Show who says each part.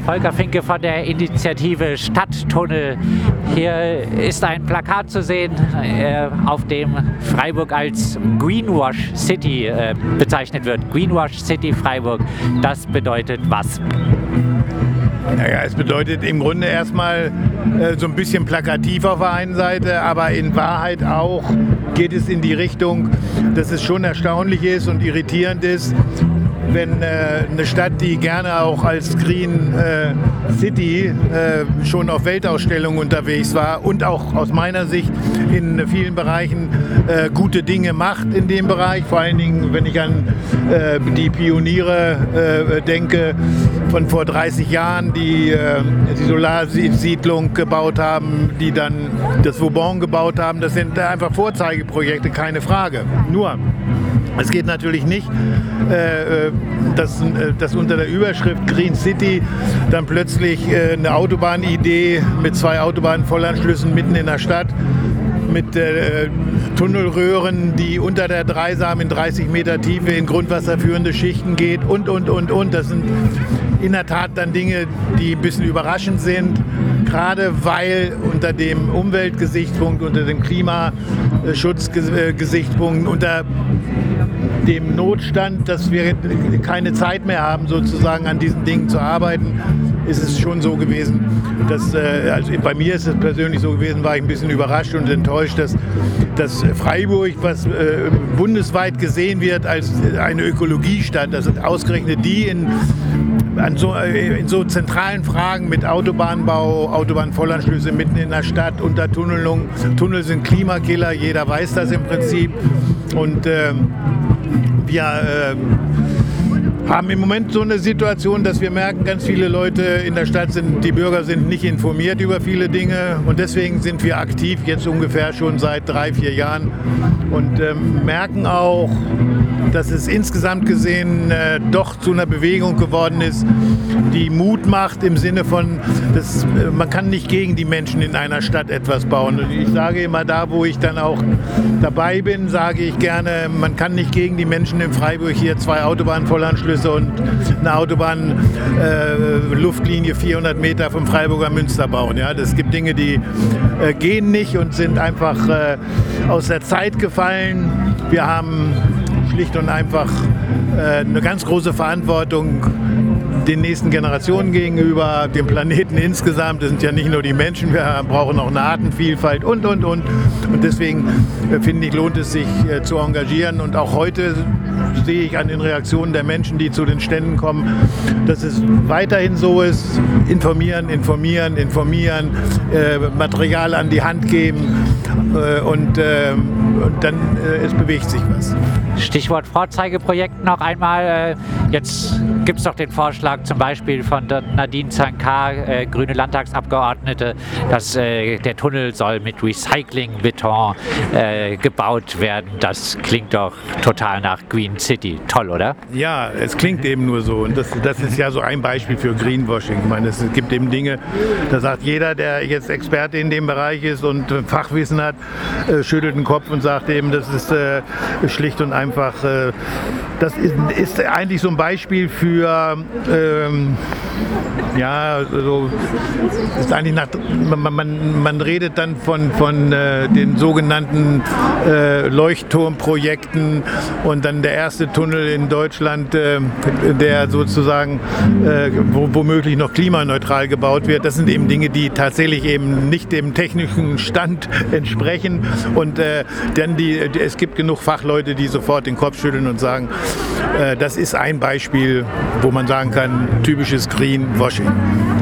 Speaker 1: Volker Finke von der Initiative Stadttunnel. Hier ist ein Plakat zu sehen, auf dem Freiburg als Greenwash City bezeichnet wird. Greenwash City Freiburg, das bedeutet was?
Speaker 2: Naja, es bedeutet im Grunde erstmal so ein bisschen plakativ auf der einen Seite, aber in Wahrheit auch geht es in die Richtung, dass es schon erstaunlich ist und irritierend ist, wenn eine Stadt, die gerne auch als Green City schon auf Weltausstellungen unterwegs war und auch aus meiner Sicht in vielen Bereichen gute Dinge macht in dem Bereich, vor allen Dingen, wenn ich an die Pioniere denke von vor 30 Jahren, die die Solarsiedlung gebaut haben, die dann das Vauban gebaut haben. Das sind einfach Vorzeigeprojekte, keine Frage. Nur, es geht natürlich nicht, dass unter der Überschrift Green City dann plötzlich eine Autobahnidee mit 2 Autobahnvollanschlüssen mitten in der Stadt mit Tunnelröhren, die unter der Dreisam in 30 Meter Tiefe in Grundwasser führende Schichten geht und. Das sind in der Tat dann Dinge, die ein bisschen überraschend sind, gerade weil unter dem Umweltgesichtspunkt, unter dem Klimaschutzgesichtspunkt, unter dem Notstand, dass wir keine Zeit mehr haben, sozusagen an diesen Dingen zu arbeiten, ist es schon so gewesen, dass, also bei mir ist es persönlich so gewesen, war ich ein bisschen überrascht und enttäuscht, dass Freiburg, was bundesweit gesehen wird als eine Ökologiestadt, dass ausgerechnet die in so zentralen Fragen mit Autobahnbau, Autobahnvollanschlüsse mitten in der Stadt, Untertunnelung. Tunnel sind Klimakiller, jeder weiß das im Prinzip. Und wir haben im Moment so eine Situation, dass wir merken, ganz viele Leute in der Stadt die Bürger sind nicht informiert über viele Dinge und deswegen sind wir aktiv, jetzt ungefähr schon seit 3-4 Jahren und merken auch, dass es insgesamt gesehen doch zu einer Bewegung geworden ist, die Mut macht im Sinne von, man kann nicht gegen die Menschen in einer Stadt etwas bauen. Und ich sage immer, da wo ich dann auch dabei bin, sage ich gerne, man kann nicht gegen die Menschen in Freiburg hier 2 Autobahnvollanschlüsse und eine Autobahnluftlinie 400 Meter vom Freiburger Münster bauen. Ja, das gibt Dinge, die gehen nicht und sind einfach aus der Zeit gefallen. Wir haben schlicht und einfach eine ganz große Verantwortung den nächsten Generationen gegenüber, dem Planeten insgesamt. Das sind ja nicht nur die Menschen, wir brauchen auch eine Artenvielfalt und. Und deswegen finde ich, lohnt es sich zu engagieren. Und auch heute sehe ich an den Reaktionen der Menschen, die zu den Ständen kommen, dass es weiterhin so ist, informieren, Material an die Hand geben und dann es bewegt sich was.
Speaker 1: Stichwort Vorzeigeprojekt noch einmal. Jetzt gibt es doch den Vorschlag zum Beispiel von Nadine Zankar, grüne Landtagsabgeordnete, dass der Tunnel soll mit Recyclingbeton gebaut werden. Das klingt doch total nach Green City. Toll, oder?
Speaker 2: Ja, es klingt eben nur so. Und das ist ja so ein Beispiel für Greenwashing. Ich meine, es gibt eben Dinge, da sagt jeder, der jetzt Experte in dem Bereich ist und Fachwissen hat, schüttelt den Kopf und sagt eben, das ist schlicht und einfach, das ist eigentlich so ein Beispiel für, ist eigentlich man redet dann von den sogenannten Leuchtturmprojekten und dann der erste Tunnel in Deutschland, der sozusagen womöglich noch klimaneutral gebaut wird. Das sind eben Dinge, die tatsächlich eben nicht dem technischen Stand entsprechen und dann es gibt genug Fachleute, die sofort den Kopf schütteln und sagen, das ist ein Beispiel, wo man sagen kann, typisches Greenwashing.